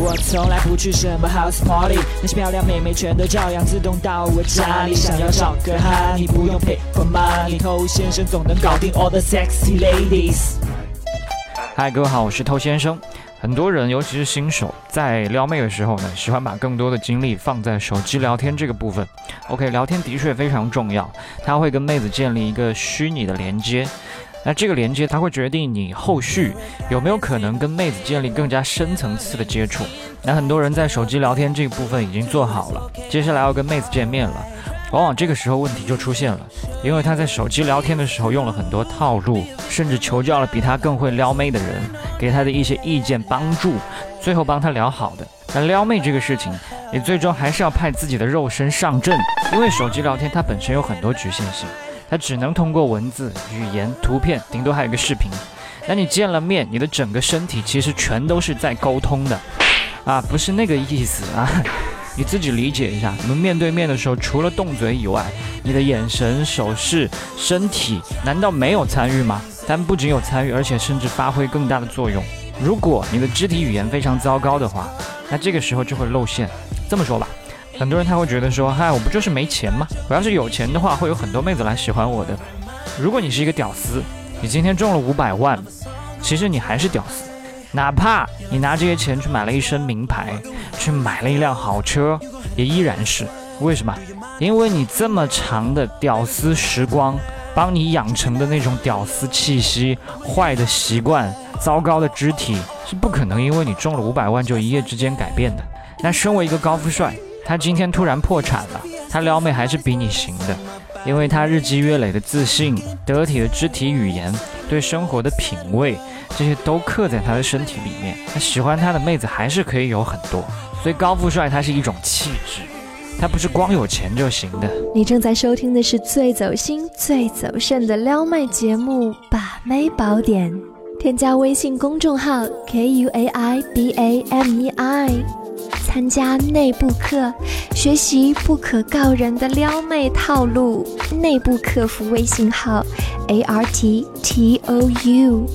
我从来不去什么 house party， 那些漂亮妹妹全都照样自动到我家里。想要找个哈，你不用 pay for money， 偷先生总能搞定 all the sexy ladies。 嗨，各位好，我是偷先生。很多人，尤其是新手，在撩妹的时候呢，喜欢把更多的精力放在手机聊天这个部分。OK， 聊天的确非常重要，它会跟妹子建立一个虚拟的连接。那这个连接，它会决定你后续有没有可能跟妹子建立更加深层次的接触。那很多人在手机聊天这个部分已经做好了，接下来要跟妹子见面了。往往这个时候问题就出现了，因为他在手机聊天的时候用了很多套路，甚至求教了比他更会撩妹的人，给他的一些意见帮助，最后帮他聊好的。但撩妹这个事情，你最终还是要派自己的肉身上阵，因为手机聊天它本身有很多局限性，它只能通过文字、语言、图片，顶多还有一个视频。那你见了面，你的整个身体其实全都是在沟通的，不是那个意思啊。你自己理解一下，你们面对面的时候，除了动嘴以外，你的眼神、手势、身体，难道没有参与吗？但不仅有参与，而且甚至发挥更大的作用。如果你的肢体语言非常糟糕的话，那这个时候就会露馅。这么说吧，很多人他会觉得说，嗨，我不就是没钱吗？我要是有钱的话，会有很多妹子来喜欢我的。如果你是一个屌丝，你今天中了500万，其实你还是屌丝。哪怕你拿这些钱去买了一身名牌，去买了一辆好车，也依然是。为什么？因为你这么长的屌丝时光，帮你养成的那种屌丝气息、坏的习惯、糟糕的肢体，是不可能因为你中了500万就一夜之间改变的。那身为一个高富帅，他今天突然破产了，他撩妹还是比你行的，因为他日积月累的自信、得体的肢体语言、对生活的品味，这些都刻在他的身体里面。他喜欢他的妹子还是可以有很多，所以高富帅它是一种气质，它不是光有钱就行的。 你正在收听的是最走心、最走肾的撩妹节目《把妹宝典》，添加微信公众号 KUAIBAMEI， 参加内部课，学习不可告人的撩妹套路。内部客服微信号 ARTTOU。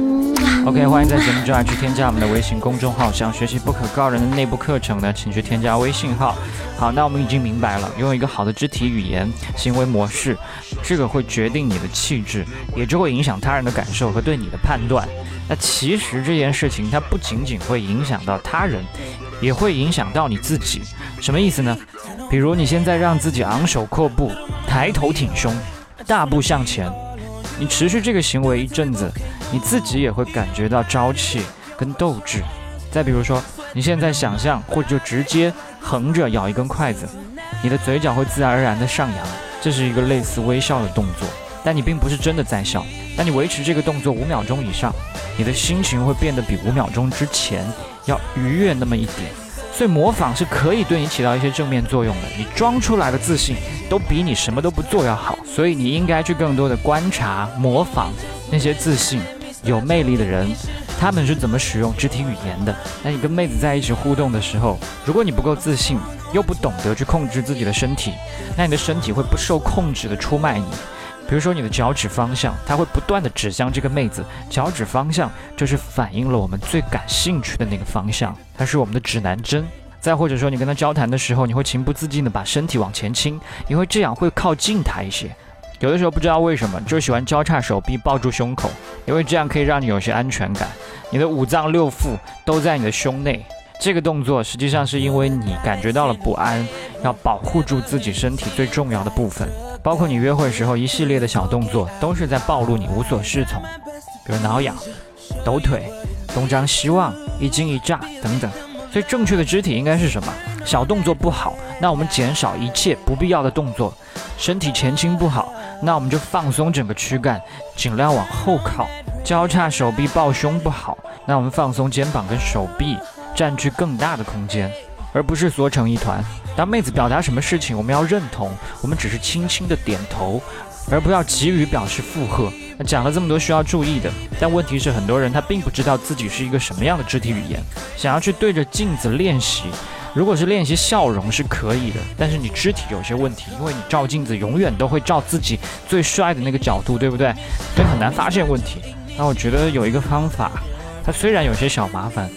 OK， 欢迎在节目之外去添加我们的微信公众号，想学习不可告人的内部课程呢，请去添加微信号。好，那我们已经明白了，拥有一个好的肢体语言、行为模式，这个会决定你的气质，也就会影响他人的感受和对你的判断。那其实这件事情它不仅仅会影响到他人，也会影响到你自己。什么意思呢？比如你现在让自己昂首阔步、抬头挺胸、大步向前，你持续这个行为一阵子，你自己也会感觉到朝气跟斗志。再比如说，你现在想象或者就直接横着咬一根筷子，你的嘴角会自然而然的上扬，这是一个类似微笑的动作，但你并不是真的在笑。但你维持这个动作5秒钟以上，你的心情会变得比5秒钟之前要愉悦那么一点。所以模仿是可以对你起到一些正面作用的，你装出来的自信都比你什么都不做要好。所以你应该去更多的观察、模仿那些自信、有魅力的人，他们是怎么使用肢体语言的。那你跟妹子在一起互动的时候，如果你不够自信，又不懂得去控制自己的身体，那你的身体会不受控制的出卖你。比如说你的脚趾方向，它会不断的指向这个妹子，脚趾方向就是反映了我们最感兴趣的那个方向，它是我们的指南针。再或者说你跟她交谈的时候，你会情不自禁的把身体往前倾，因为这样会靠近她一些。有的时候不知道为什么就喜欢交叉手臂抱住胸口，因为这样可以让你有些安全感，你的5脏6腑都在你的胸内。这个动作实际上是因为你感觉到了不安，要保护住自己身体最重要的部分。包括你约会时候一系列的小动作，都是在暴露你无所适从，比如挠痒、抖腿、东张西望、一惊一乍等等。所以正确的肢体应该是什么？小动作不好，那我们减少一切不必要的动作；身体前倾不好，那我们就放松整个躯干，尽量往后靠；交叉手臂抱胸不好，那我们放松肩膀跟手臂，占据更大的空间，而不是缩成一团。当妹子表达什么事情，我们要认同，我们只是轻轻的点头，而不要急于表示附和。讲了这么多需要注意的，但问题是很多人他并不知道自己是一个什么样的肢体语言，想要去对着镜子练习。如果是练习笑容是可以的，但是你肢体有些问题，因为你照镜子永远都会照自己最帅的那个角度，对不对？所以很难发现问题。那我觉得有一个方法，它虽然有些小麻烦，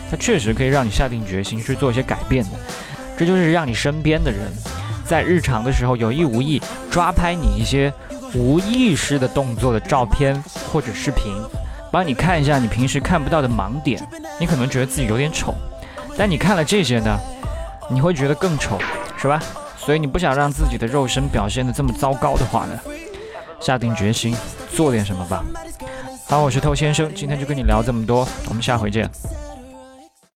它确实可以让你下定决心去做一些改变的。这就是让你身边的人在日常的时候有意无意抓拍你一些无意识的动作的照片或者视频，帮你看一下你平时看不到的盲点。你可能觉得自己有点丑，但你看了这些呢，你会觉得更丑，是吧？所以你不想让自己的肉身表现得这么糟糕的话呢，下定决心做点什么吧。好，我是偷先生，今天就跟你聊这么多，我们下回见。